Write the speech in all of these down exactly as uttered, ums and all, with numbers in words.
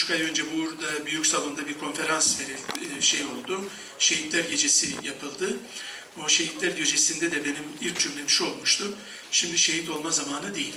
buçuk ay önce burada büyük salonda bir konferans verildi, şey oldu. Şehitler Gecesi yapıldı. O Şehitler Gecesi'nde de benim ilk cümlem şu olmuştu. Şimdi şehit olma zamanı değil.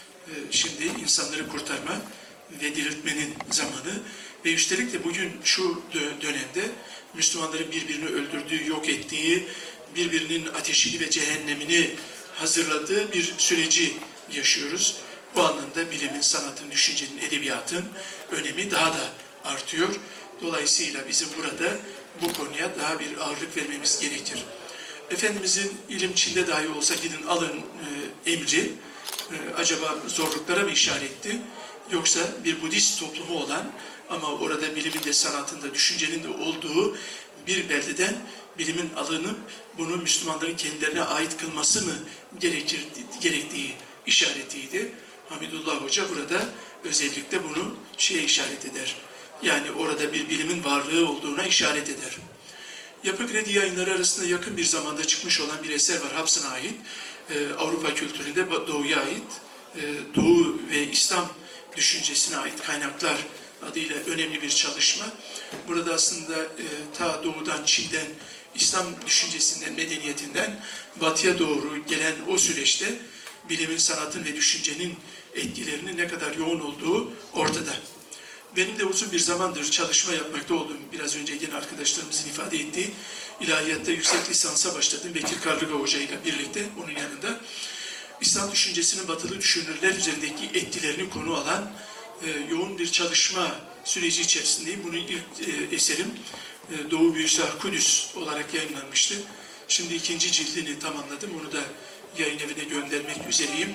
Şimdi insanları kurtarma ve diriltmenin zamanı. Ve üstelik de bugün şu dönemde Müslümanların birbirini öldürdüğü, yok ettiği, birbirinin ateşini ve cehennemini hazırladığı bir süreci yaşıyoruz. Bu anlamda bilimin, sanatın, düşüncenin, edebiyatın önemi daha da artıyor. Dolayısıyla bizim burada bu konuya daha bir ağırlık vermemiz gerekir. Efendimizin ilim Çin'de dahi olsa gidin alın e, emri e, acaba zorluklara mı işaretti? Yoksa bir Budist toplumu olan ama orada bilimin de sanatın da düşüncenin de olduğu bir beldeden bilimin alınıp bunu Müslümanların kendilerine ait kılması mı gerekir, gerektiği işaretiydi. Hamidullah Hoca burada özellikle bunu şeye işaret eder. Yani orada bir bilimin varlığı olduğuna işaret eder. Yapı Kredi Yayınları arasında yakın bir zamanda çıkmış olan bir eser var Hobson'a ait. Ee, Avrupa kültüründe Doğu'ya ait, e, Doğu ve İslam düşüncesine ait kaynaklar adıyla önemli bir çalışma. Burada aslında e, ta Doğu'dan, Çin'den, İslam düşüncesinden, medeniyetinden Batı'ya doğru gelen o süreçte bilimin, sanatın ve düşüncenin etkilerinin ne kadar yoğun olduğu ortada. Benim de uzun bir zamandır çalışma yapmakta olduğum, biraz önce yine arkadaşlarımızın ifade ettiği ilahiyatta yüksek lisansa başladım. Bekir Karlıga Hoca ile birlikte onun yanında İslam düşüncesinin batılı düşünürler üzerindeki etkilerini konu alan e, yoğun bir çalışma süreci içerisindeyim. Bunun ilk e, eserim e, Doğu Büyüsü Kudüs olarak yayınlanmıştı. Şimdi ikinci cildini tamamladım. Onu da yayın evine göndermek üzereyim.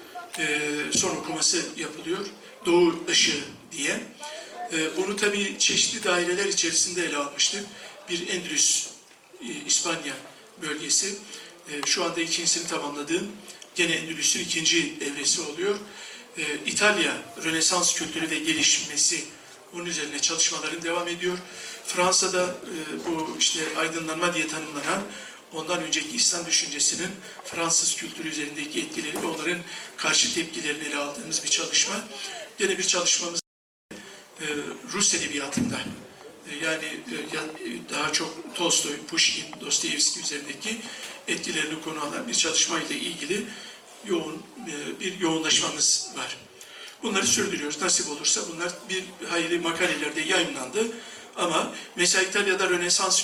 E, son okuması yapılıyor. Doğu Işığı diye. E, onu tabii çeşitli daireler içerisinde ele almıştık. Bir Endülüs, e, İspanya bölgesi. E, şu anda ikincisini tamamladığım gene Endülüs'ün ikinci evresi oluyor. E, İtalya, Rönesans kültürü ve gelişmesi, onun üzerine çalışmaların devam ediyor. Fransa'da e, bu işte aydınlanma diye tanımlanan ondan önceki İslam düşüncesinin Fransız kültürü üzerindeki etkileri ve onların karşı tepkilerini ele aldığımız bir çalışma. Gene bir çalışmamız e, Rus edebiyatında e, yani e, daha çok Tolstoy, Pushkin, Dostoyevski üzerindeki etkilerini konu alan bir çalışmayla ilgili yoğun e, bir yoğunlaşmamız var. Bunları sürdürüyoruz. Nasip olursa bunlar bir hayli makalelerde yayınlandı. Ama mesela İtalya'da Rönesans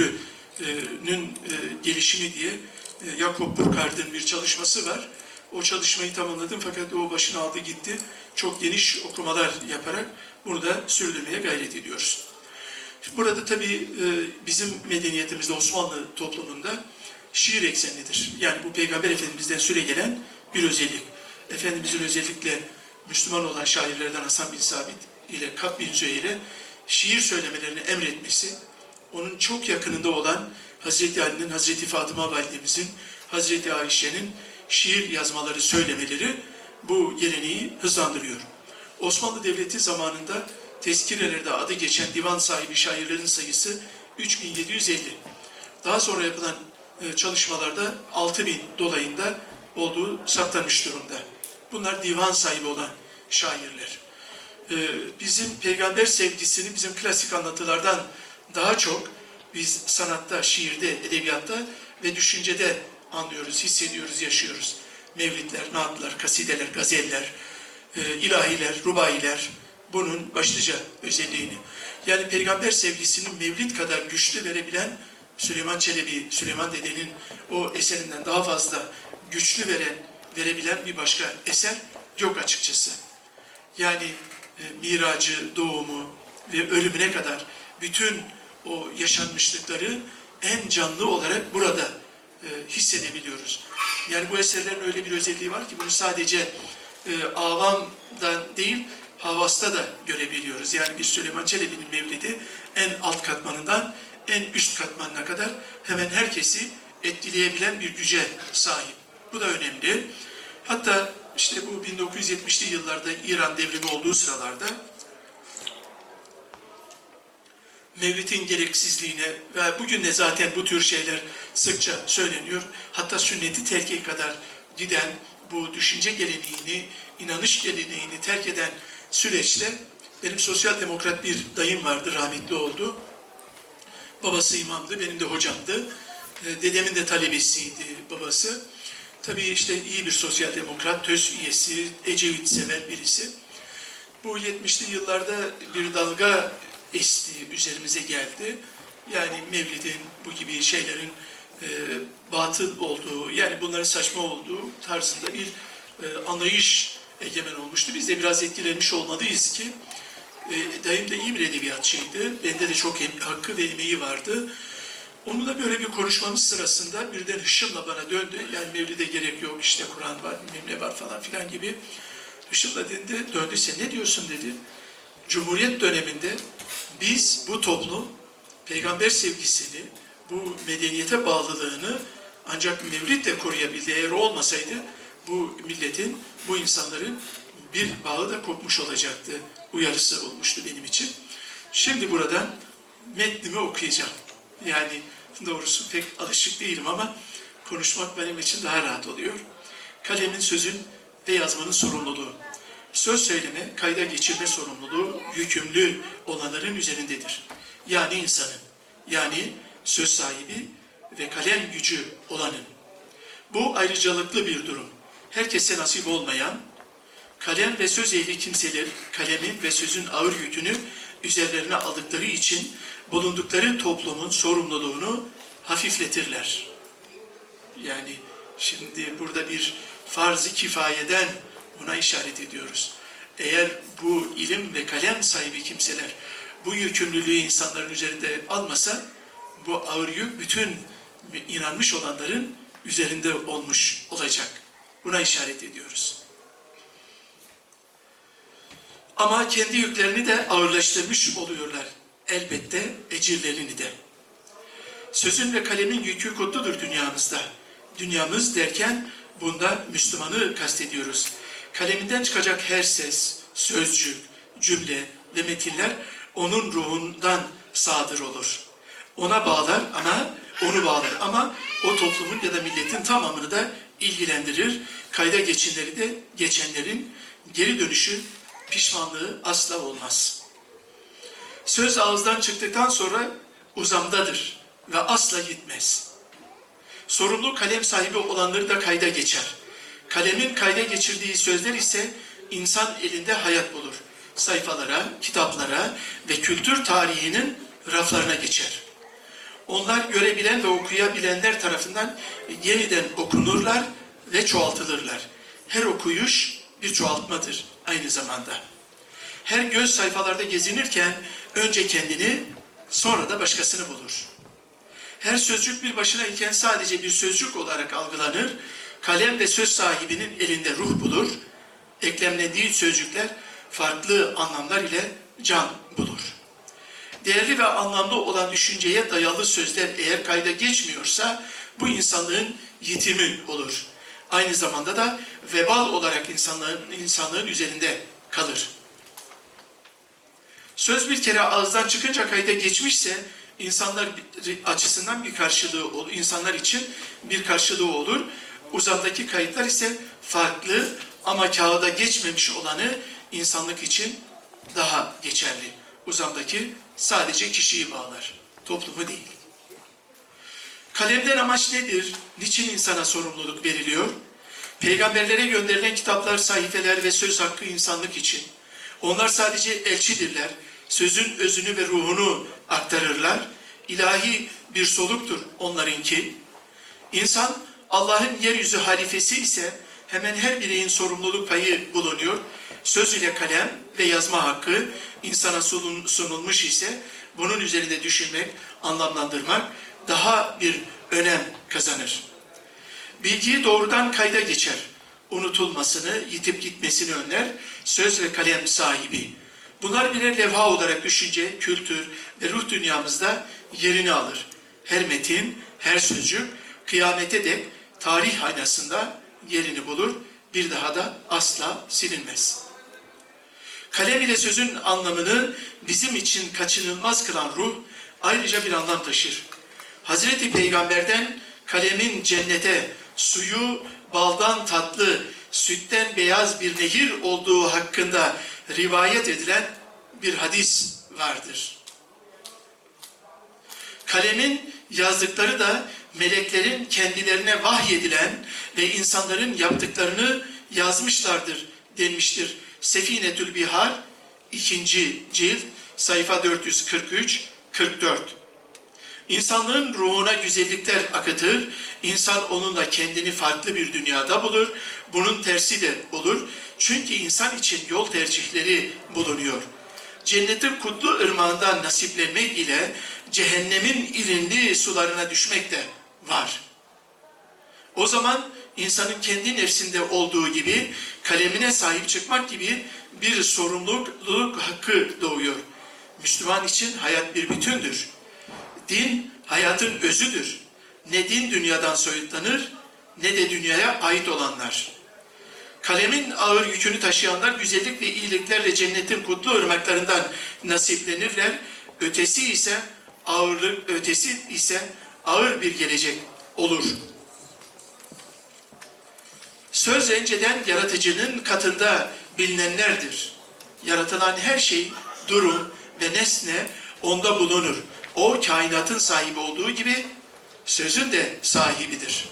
kültürünün e, gelişimi diye e, Jakob Burckhardt'ın bir çalışması var. O çalışmayı tamamladım fakat o başını aldı gitti. Çok geniş okumalar yaparak bunu da sürdürmeye gayret ediyoruz. Burada tabii e, bizim medeniyetimizde, Osmanlı toplumunda şiir eksenlidir. Yani bu Peygamber Efendimiz'den süregelen bir özellik. Efendimizin özellikle Müslüman olan şairlerden Hasan bin Sabit ile Kab bin Züheyr'e şiir söylemelerini emretmesi, onun çok yakınında olan Hazreti Ali'nin, Hazreti Fatıma Validemizin, Hazreti Ayşe'nin şiir yazmaları, söylemeleri bu geleneği hızlandırıyor. Osmanlı Devleti zamanında tezkirelerde adı geçen divan sahibi şairlerin sayısı üç bin yedi yüz elli. Daha sonra yapılan çalışmalarda altı bin dolayında olduğu saptanmış durumda. Bunlar divan sahibi olan şairler. Bizim peygamber sevgisini bizim klasik anlatılardan daha çok biz sanatta, şiirde, edebiyatta ve düşüncede anlıyoruz, hissediyoruz, yaşıyoruz. Mevlidler, naatlar, kasideler, gazeller, ilahiler, rubailer bunun başlıca özelliğini. Yani peygamber sevgisinin mevlid kadar güçlü verebilen Süleyman Çelebi, Süleyman Dede'nin o eserinden daha fazla güçlü veren, verebilen bir başka eser yok açıkçası. Yani e, miracı, doğumu ve ölümüne kadar bütün o yaşanmışlıkları en canlı olarak burada e, hissedebiliyoruz. Yani bu eserlerin öyle bir özelliği var ki bunu sadece e, avamdan değil, havasta da görebiliyoruz. Yani bir Süleyman Çelebi'nin mevlidi en alt katmanından en üst katmanına kadar hemen herkesi etkileyebilen bir güce sahip. Bu da önemli. Hatta işte bu bin dokuz yüz yetmişli yıllarda İran devrimi olduğu sıralarda Mevlid'in gereksizliğine ve bugün de zaten bu tür şeyler sıkça söyleniyor. Hatta sünneti terkiye kadar giden bu düşünce geleneğini, inanış geleneğini terk eden süreçte Benim sosyal demokrat bir dayım vardı, rahmetli oldu. Babası imamdı, benim de hocamdı. Dedemin de talebesiydi babası. Tabii işte iyi bir sosyal demokrat, TÖS üyesi, Ecevit sever birisi. Bu yetmişli yıllarda bir dalga esti, üzerimize geldi. Yani Mevlid'in, bu gibi şeylerin e, batıl olduğu, yani bunların saçma olduğu tarzında bir e, anlayış egemen olmuştu. Biz de biraz etkilenmiş olmalıyız ki, e, dayım da iyi bir edebiyatçıydı. Bende de çok em, hakkı ve emeği vardı. Onunla böyle bir konuşmamız sırasında birden hışımla bana döndü. Yani Mevlid'e gerek yok, işte Kur'an var, bilmem ne var falan filan gibi. Hışımla dedi, döndü, sen ne diyorsun dedi. Cumhuriyet döneminde biz bu toplum peygamber sevgisini, bu medeniyete bağlılığını ancak Mevlid'le koruyabildi. Eğer olmasaydı bu milletin, bu insanların bir bağı da kopmuş olacaktı. Uyarısı olmuştu benim için. Şimdi buradan metnimi okuyacağım. Yani doğrusu pek alışık değilim ama konuşmak benim için daha rahat oluyor. Kalemin, sözün ve yazmanın sorumluluğu. Söz söyleme, kayda geçirme sorumluluğu yükümlü olanların üzerindedir. Yani insanın, yani söz sahibi ve kalem gücü olanın. Bu ayrıcalıklı bir durum. Herkese nasip olmayan, kalem ve söz ehli kimseler kalemin ve sözün ağır yükünü üzerlerine aldıkları için bulundukları toplumun sorumluluğunu hafifletirler. Yani şimdi burada bir farz-ı kifayeden buna işaret ediyoruz. Eğer bu ilim ve kalem sahibi kimseler bu yükümlülüğü insanların üzerinde almasa, bu ağır yük bütün inanmış olanların üzerinde olmuş olacak. Buna işaret ediyoruz. Ama kendi yüklerini de ağırlaştırmış oluyorlar. Elbette ecirlerini de. Sözün ve kalemin yükü kutludur dünyamızda. Dünyamız derken bunda Müslümanı kastediyoruz. Kaleminden çıkacak her ses, sözcük, cümle ve metinler onun ruhundan sadır olur. Ona bağlar ama onu bağlar ama o toplumun ya da milletin tamamını da ilgilendirir. Kayda geçenleri de geçenlerin geri dönüşü, pişmanlığı asla olmaz. Söz ağızdan çıktıktan sonra uzamdadır ve asla gitmez. Sorumlu kalem sahibi olanları da kayda geçer. Kalemin kayda geçirdiği sözler ise insan elinde hayat bulur. Sayfalara, kitaplara ve kültür tarihinin raflarına geçer. Onlar görebilen ve okuyabilenler tarafından yeniden okunurlar ve çoğaltılırlar. Her okuyuş bir çoğaltmadır aynı zamanda. Her göz sayfalarda gezinirken önce kendini, sonra da başkasını bulur. Her sözcük bir başına iken sadece bir sözcük olarak algılanır. Kalem ve söz sahibinin elinde ruh bulur. Eklemlendiği sözcükler farklı anlamlar ile can bulur. Değerli ve anlamlı olan düşünceye dayalı sözler eğer kayda geçmiyorsa bu insanlığın yitimi olur. Aynı zamanda da vebal olarak insanlığın, insanlığın üzerinde kalır. Söz bir kere ağızdan çıkınca kayda geçmişse insanlar açısından bir karşılığı olur. İnsanlar için bir karşılığı olur. Uzamdaki kayıtlar ise farklı ama kağıda geçmemiş olanı insanlık için daha geçerli. Uzamdaki sadece kişiyi bağlar, toplumu değil. Kalemden amaç nedir? Niçin insana sorumluluk veriliyor? Peygamberlere gönderilen kitaplar, sayfeler ve söz hakkı insanlık için. Onlar sadece elçidirler. Sözün özünü ve ruhunu aktarırlar. İlahi bir soluktur onlarınki. İnsan Allah'ın yeryüzü halifesi ise hemen her bireyin sorumluluk payı bulunuyor. Söz ile kalem ve yazma hakkı insana sunulmuş ise bunun üzerinde düşünmek, anlamlandırmak daha bir önem kazanır. Bilgiyi doğrudan kayda geçer. Unutulmasını, yitip gitmesini önler söz ve kalem sahibi. Bunlar birer levha olarak düşünce, kültür ve ruh dünyamızda yerini alır. Her metin, her sözcük kıyamete dek tarih aynasında yerini bulur, bir daha da asla silinmez. Kalem ile sözün anlamını bizim için kaçınılmaz kılan ruh ayrıca bir anlam taşır. Hazreti Peygamber'den kalemin cennete, suyu baldan tatlı, sütten beyaz bir nehir olduğu hakkında rivayet edilen bir hadis vardır. Kalemin yazdıkları da meleklerin kendilerine vahyedilen ve insanların yaptıklarını yazmışlardır denmiştir. Sefinetül Bihar ikinci cilt sayfa dört yüz kırk üç kırk dört. İnsanlığın ruhuna güzellikler akıtır, insan onunla kendini farklı bir dünyada bulur, bunun tersi de olur. Çünkü insan için yol tercihleri bulunuyor. Cennetin kutlu ırmağından nasiplenmek ile cehennemin irinli sularına düşmek de var. O zaman insanın kendi nefsinde olduğu gibi kalemine sahip çıkmak gibi bir sorumluluk hakkı doğuyor. Müslüman için hayat bir bütündür. Din hayatın özüdür. Ne din dünyadan soyutlanır ne de dünyaya ait olanlar. Kalemin ağır yükünü taşıyanlar güzellik ve iyiliklerle cennetin kutlu ırmaklarından nasiplenirler. Ötesi ise ağırlık, ötesi ise ağır bir gelecek olur. Söz önceden yaratıcının katında bilinenlerdir. Yaratılan her şey, durum ve nesne onda bulunur. O kainatın sahibi olduğu gibi sözün de sahibidir.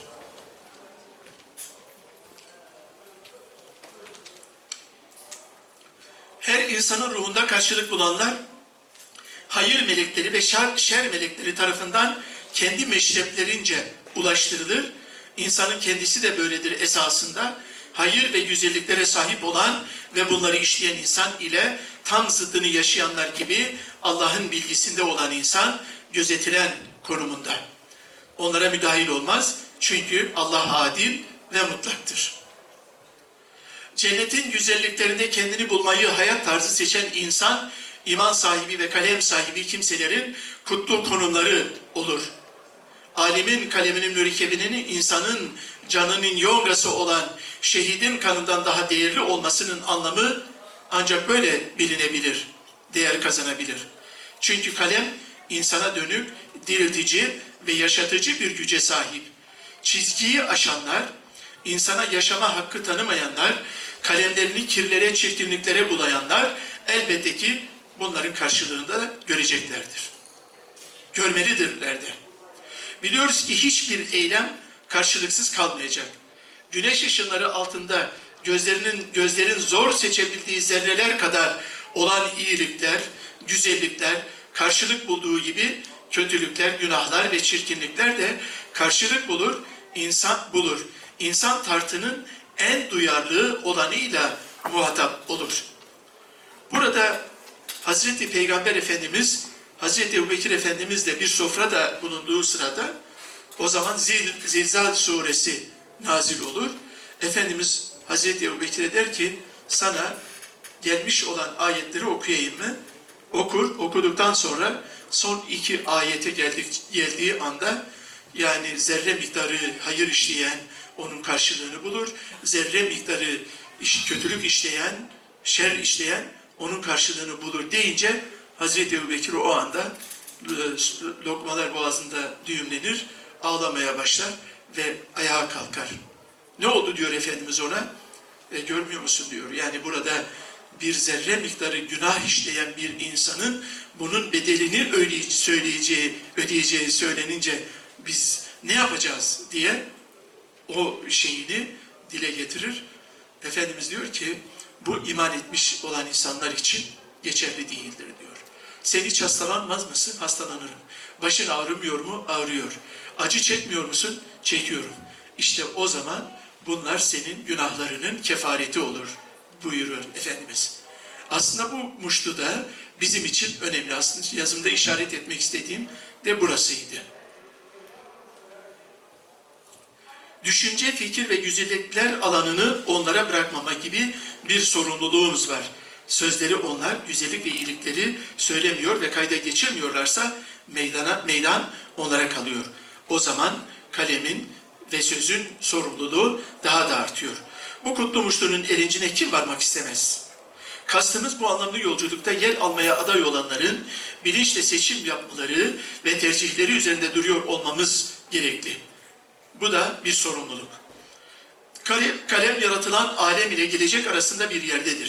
Her insanın ruhunda karşılık bulanlar hayır melekleri ve şer, şer melekleri tarafından kendi meşreplerince ulaştırılır. İnsanın kendisi de böyledir esasında. Hayır ve güzelliklere sahip olan ve bunları işleyen insan ile tam zıddını yaşayanlar gibi Allah'ın bilgisinde olan insan gözetilen konumunda. Onlara müdahil olmaz çünkü Allah adil ve mutlaktır. Cennetin güzelliklerinde kendini bulmayı hayat tarzı seçen insan, iman sahibi ve kalem sahibi kimselerin kutlu konumları olur. Alimin kaleminin mürekkebinin insanın canının yongası olan şehidin kanından daha değerli olmasının anlamı ancak böyle bilinebilir, değer kazanabilir. Çünkü kalem insana dönük, diriltici ve yaşatıcı bir güce sahip. Çizgiyi aşanlar, insana yaşama hakkı tanımayanlar, kalemlerini kirlere, çirkinliklere bulayanlar elbette ki bunların karşılığını da göreceklerdir. Görmelidirler de. Biliyoruz ki hiçbir eylem karşılıksız kalmayacak. Güneş ışınları altında gözlerinin gözlerin zor seçebildiği zerreler kadar olan iyilikler, güzellikler karşılık bulduğu gibi kötülükler, günahlar ve çirkinlikler de karşılık bulur, insan bulur. İnsan tartının en duyarlı olanıyla muhatap olur. Burada Hazreti Peygamber Efendimiz, Hazreti Ebubekir Efendimiz de bir sofrada bulunduğu sırada o zaman Zil, Zilzal suresi nazil olur. Efendimiz Hazreti Ebubekir'e der ki sana gelmiş olan ayetleri okuyayım mı? Okur, okuduktan sonra son iki ayete geldik, geldiği anda yani zerre miktarı hayır işleyen onun karşılığını bulur. Zerre miktarı iş, kötülük işleyen, şer işleyen onun karşılığını bulur deyince Hazreti Ebubekir o anda lokmalar boğazında düğümlenir, ağlamaya başlar ve ayağa kalkar. Ne oldu diyor Efendimiz ona? E, görmüyor musun diyor. Yani burada bir zerre miktarı günah işleyen bir insanın bunun bedelini öyle söyleyeceği, ödeyeceği söylenince biz ne yapacağız diye o şeyini dile getirir. Efendimiz diyor ki bu iman etmiş olan insanlar için geçerli değildir diyor. Sen hiç hastalanmaz mısın? Hastalanırım. Başın ağrımıyor mu? Ağrıyor. Acı çekmiyor musun? Çekiyorum. İşte o zaman bunlar senin günahlarının kefareti olur buyuruyor Efendimiz. Aslında bu muştu da bizim için önemli. Aslında yazımda işaret etmek istediğim de burasıydı. Düşünce, fikir ve güzellikler alanını onlara bırakmama gibi bir sorumluluğumuz var. Sözleri onlar güzellik ve iyilikleri söylemiyor ve kayda geçirmiyorlarsa meydana, meydan onlara kalıyor. O zaman kalemin ve sözün sorumluluğu daha da artıyor. Bu kutlu muştunun elincine kim varmak istemez? Kastımız bu anlamlı yolculukta yer almaya aday olanların bilinçle seçim yapmaları ve tercihleri üzerinde duruyor olmamız gerekli. Bu da bir sorumluluk. Kalem, kalem yaratılan alem ile gelecek arasında bir yerdedir.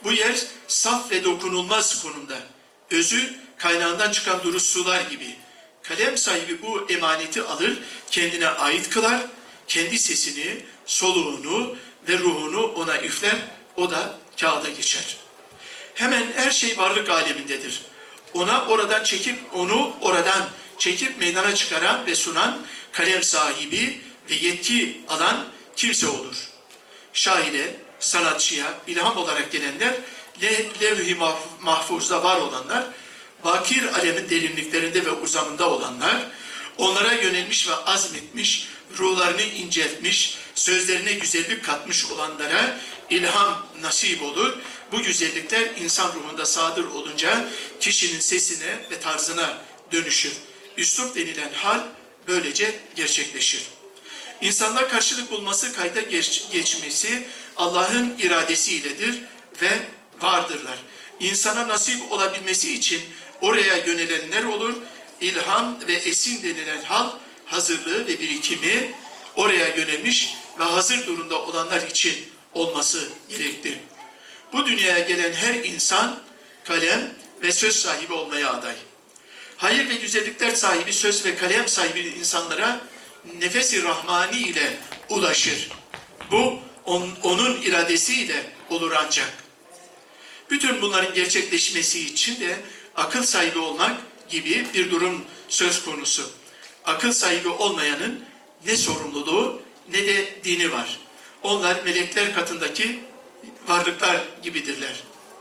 Bu yer saf ve dokunulmaz konumda. Özü kaynağından çıkan duru sular gibi. Kalem sahibi bu emaneti alır, kendine ait kılar, kendi sesini, soluğunu ve ruhunu ona üfler, o da kağıda geçer. Hemen her şey varlık alemindedir. Ona oradan çekip, onu oradan çekip meydana çıkaran ve sunan kalem sahibi ve yetki alan kimse olur. Şaire, sanatçıya ilham olarak gelenler, le, levh-i mahfuzda var olanlar, bakir alemin derinliklerinde ve uzamında olanlar, onlara yönelmiş ve azmetmiş, ruhlarını inceltmiş, sözlerine güzellik katmış olanlara ilham nasip olur. Bu güzellikler insan ruhunda sadır olunca kişinin sesine ve tarzına dönüşür. Üslup denilen hal böylece gerçekleşir. İnsanlar karşılık bulması, kayda geç, geçmesi Allah'ın iradesiyledir ve vardırlar. İnsana nasip olabilmesi için oraya yönelenler olur. İlham ve esin denilen hal, hazırlığı ve birikimi oraya yönelmiş ve hazır durumda olanlar için olması gerektir. Bu dünyaya gelen her insan kalem ve söz sahibi olmaya aday. Hayır ve güzellikler sahibi, söz ve kalem sahibi insanlara nefes-i rahmani ile ulaşır. Bu on, onun iradesiyle olur ancak. Bütün bunların gerçekleşmesi için de akıl sahibi olmak gibi bir durum söz konusu. Akıl sahibi olmayanın ne sorumluluğu ne de dini var. Onlar melekler katındaki varlıklar gibidirler.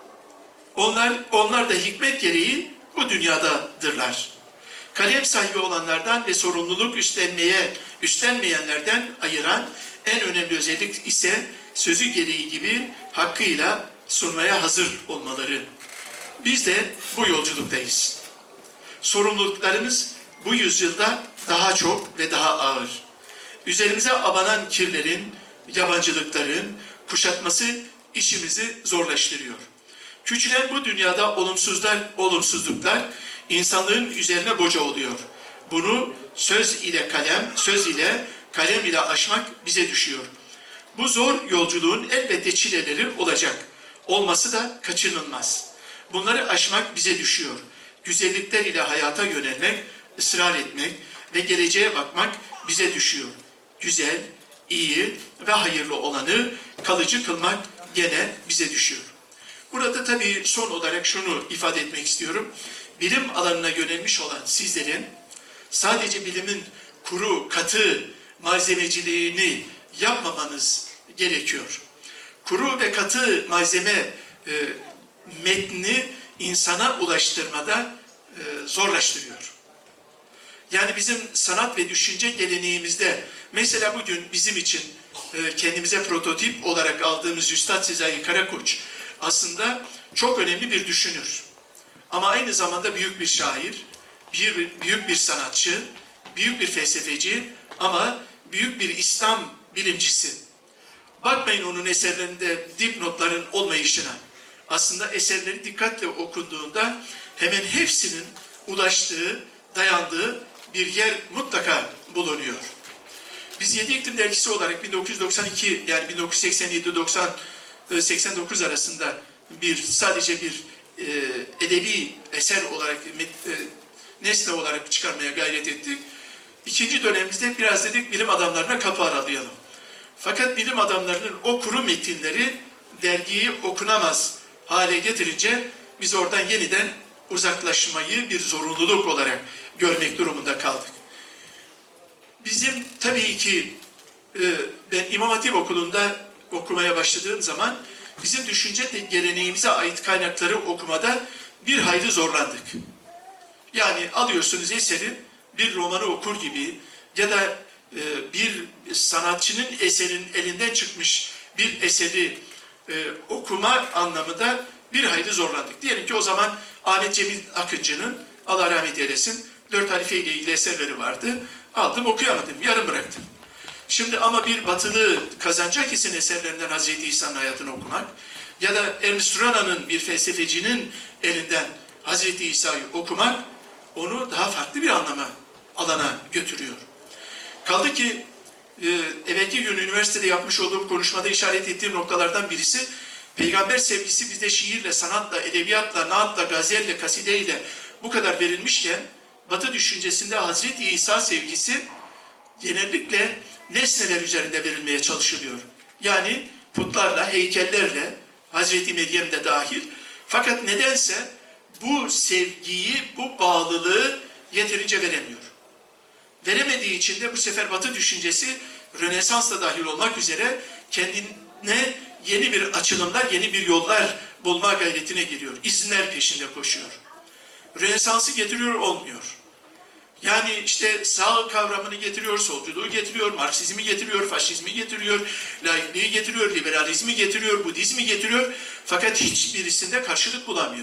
Onlar, onlar da hikmet gereği bu dünyadadırlar. Kalem sahibi olanlardan ve sorumluluk üstlenmeye, üstlenmeyenlerden ayıran en önemli özellik ise sözü gereği gibi hakkıyla sunmaya hazır olmaları. Biz de bu yolculuktayız. Sorumluluklarımız bu yüzyılda daha çok ve daha ağır. Üzerimize abanan kirlerin, yabancılıkların kuşatması işimizi zorlaştırıyor. Küçülen bu dünyada olumsuzlar, olumsuzluklar insanlığın üzerine boca oluyor. Bunu söz ile kalem, söz ile kalem ile aşmak bize düşüyor. Bu zor yolculuğun elbette çileleri olacak. Olması da kaçınılmaz. Bunları aşmak bize düşüyor. Güzellikler ile hayata yönelmek, ısrar etmek ve geleceğe bakmak bize düşüyor. Güzel, iyi ve hayırlı olanı kalıcı kılmak gene bize düşüyor. Burada tabii son olarak şunu ifade etmek istiyorum. Bilim alanına yönelmiş olan sizlerin sadece bilimin kuru, katı malzemeciliğini yapmamanız gerekiyor. Kuru ve katı malzeme e, metni insana ulaştırmada e, zorlaştırıyor. Yani bizim sanat ve düşünce geleneğimizde mesela bugün bizim için e, kendimize prototip olarak aldığımız Üstad Sezai Karakoç aslında çok önemli bir düşünür. Ama aynı zamanda büyük bir şair, bir, büyük bir sanatçı, büyük bir felsefeci ama büyük bir İslam bilimcisi. Bakmayın onun eserlerinde dipnotların olmayışına. Aslında eserleri dikkatle okunduğunda hemen hepsinin ulaştığı, dayandığı bir yer mutlaka bulunuyor. Biz Yedi İklim Dergisi olarak bin dokuz yüz doksan iki yani bin dokuz yüz seksen yedi doksan seksen dokuz arasında bir sadece bir e, edebi eser olarak e, nesne olarak çıkarmaya gayret ettik. İkinci dönemimizde biraz dedik bilim adamlarına kapı aralayalım. Fakat bilim adamlarının o kuru metinleri dergiyi okunamaz hale getirince biz oradan yeniden uzaklaşmayı bir zorunluluk olarak görmek durumunda kaldık. Bizim tabii ki e, ben İmam Hatip Okulu'nda okumaya başladığım zaman bizim düşünce geleneğimize ait kaynakları okumada bir hayli zorlandık. Yani alıyorsunuz eseri bir romanı okur gibi ya da e, bir sanatçının eserinin elinden çıkmış bir eseri e, okuma anlamında bir hayli zorlandık. Diyelim ki o zaman Ahmet Cemil Akıncı'nın Allah rahmet eylesin dört halife ile ilgili eserleri vardı. Aldım okuyamadım, yarım bıraktım. Şimdi ama bir batılı kazanacak isin eserlerinden Hazreti İsa'nın hayatını okumak ya da Ernst Renan'ın bir felsefecinin elinden Hazreti İsa'yı okumak onu daha farklı bir anlama, alana götürüyor. Kaldı ki e, evvelki gün üniversitede yapmış olduğum konuşmada işaret ettiğim noktalardan birisi Peygamber sevgisi bizde şiirle, sanatla, edebiyatla, naatla, gazelle, kasideyle bu kadar verilmişken, Batı düşüncesinde Hazreti İsa sevgisi genellikle nesneler üzerinde verilmeye çalışılıyor. Yani putlarla, heykellerle, Hazreti Meryem de dahil. Fakat nedense bu sevgiyi, bu bağlılığı yeterince veremiyor. Veremediği için de bu sefer Batı düşüncesi, Rönesans'ta dahil olmak üzere kendine yeni bir açılımlar, yeni bir yollar bulma gayretine giriyor. İzinler peşinde koşuyor. Rönesans'ı getiriyor, olmuyor. Yani işte sağ kavramını getiriyor, solculuğu getiriyor, Marksizmi getiriyor, faşizmi getiriyor, laikliği getiriyor, liberalizmi getiriyor, Budizmi getiriyor. Fakat hiçbirisinde karşılık bulamıyor.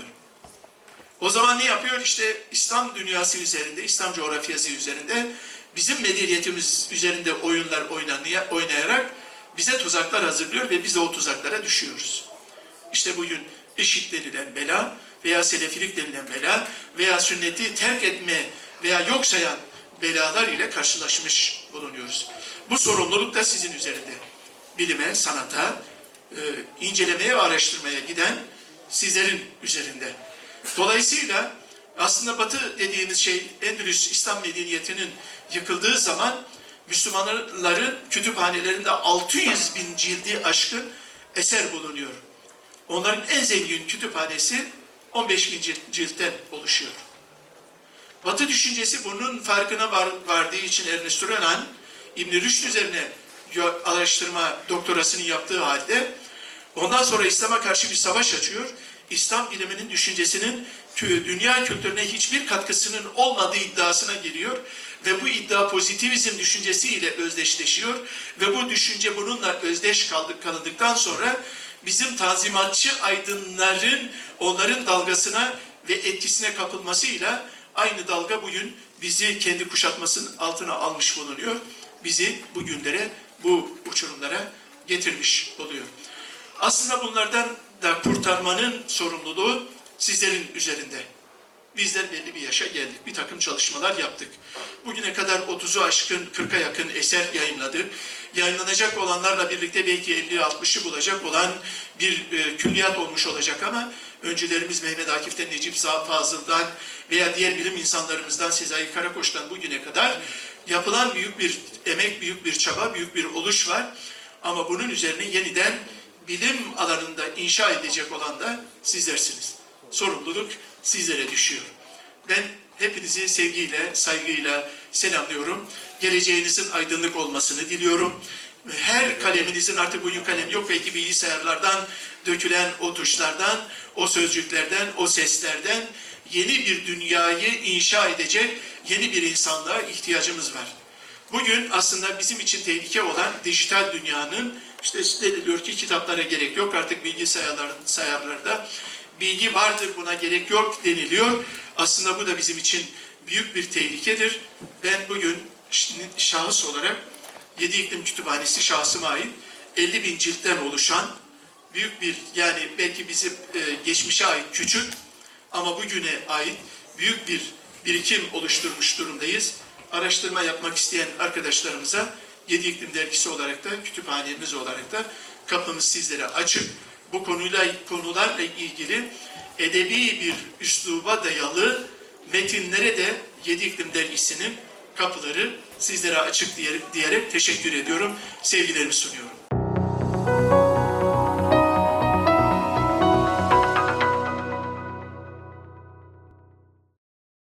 O zaman ne yapıyor? İşte İslam dünyası üzerinde, İslam coğrafyası üzerinde, bizim medeniyetimiz üzerinde oyunlar oynayarak bize tuzaklar hazırlıyor ve biz de o tuzaklara düşüyoruz. İşte bugün IŞİD denilen bela veya Selefilik denilen bela veya sünneti terk etme veya yok sayan belalar ile karşılaşmış bulunuyoruz. Bu sorumluluk da sizin üzerinde. Bilime, sanata, e, incelemeye ve araştırmaya giden sizlerin üzerinde. Dolayısıyla aslında Batı dediğimiz şey, Endülüs İslam medeniyetinin yıkıldığı zaman Müslümanların kütüphanelerinde altı yüz bin cildi aşkın eser bulunuyor. Onların en zengin kütüphanesi on beş bin ciltten oluşuyor. Batı düşüncesi bunun farkına var, vardığı için Ernest Renan, İbn-i Rüşd üzerine araştırma doktorasını yaptığı halde ondan sonra İslam'a karşı bir savaş açıyor. İslam biliminin, düşüncesinin dünya kültürüne hiçbir katkısının olmadığı iddiasına geliyor ve bu iddia pozitivizm düşüncesiyle özdeşleşiyor ve bu düşünce bununla özdeş kaldık, kalındıktan sonra bizim tanzimatçı aydınların onların dalgasına ve etkisine kapılmasıyla aynı dalga bugün bizi kendi kuşatmasının altına almış bulunuyor. Bizi bugünlere, bu uçurumlara getirmiş oluyor. Aslında bunlardan da kurtarmanın sorumluluğu sizlerin üzerinde. Bizler belli bir yaşa geldik. Bir takım çalışmalar yaptık. Bugüne kadar otuzu aşkın, kırka yakın eser yayınladık. Yayınlanacak olanlarla birlikte belki elli altmışı bulacak olan bir e, külliyat olmuş olacak ama öncülerimiz Mehmet Akif'ten, Necip Fazıl'dan veya diğer bilim insanlarımızdan, Sezai Karakoç'tan bugüne kadar yapılan büyük bir emek, büyük bir çaba, büyük bir oluş var. Ama bunun üzerine yeniden bilim alanında inşa edecek olan da sizlersiniz. Sorumluluk sizlere düşüyor. Ben hepinizi sevgiyle, saygıyla selamlıyorum. Geleceğinizin aydınlık olmasını diliyorum. Her kaleminizin, artık bugün kalem yok, belki bilgisayarlardan dökülen o tuşlardan, o sözcüklerden, o seslerden yeni bir dünyayı inşa edecek yeni bir insanlığa ihtiyacımız var. Bugün aslında bizim için tehlike olan dijital dünyanın, işte deniliyor ki kitaplara gerek yok, artık bilgisayarlarda bilgi vardır, buna gerek yok deniliyor. Aslında bu da bizim için büyük bir tehlikedir. Ben bugün şahıs olarak Yedi İklim Kütüphanesi şahsıma ait elli bin ciltten oluşan büyük bir, yani belki bizim e, geçmişe ait küçük ama bugüne ait büyük bir birikim oluşturmuş durumdayız. Araştırma yapmak isteyen arkadaşlarımıza Yedi İklim Dergisi olarak da, kütüphanemiz olarak da kapımız sizlere açık. Bu konuyla konularla ilgili edebi bir üsluba dayalı metinlere de Yedi İklim Dergisi'nin kapıları sizlere açık diyerek, diyerek teşekkür ediyorum. Sevgilerimi sunuyorum.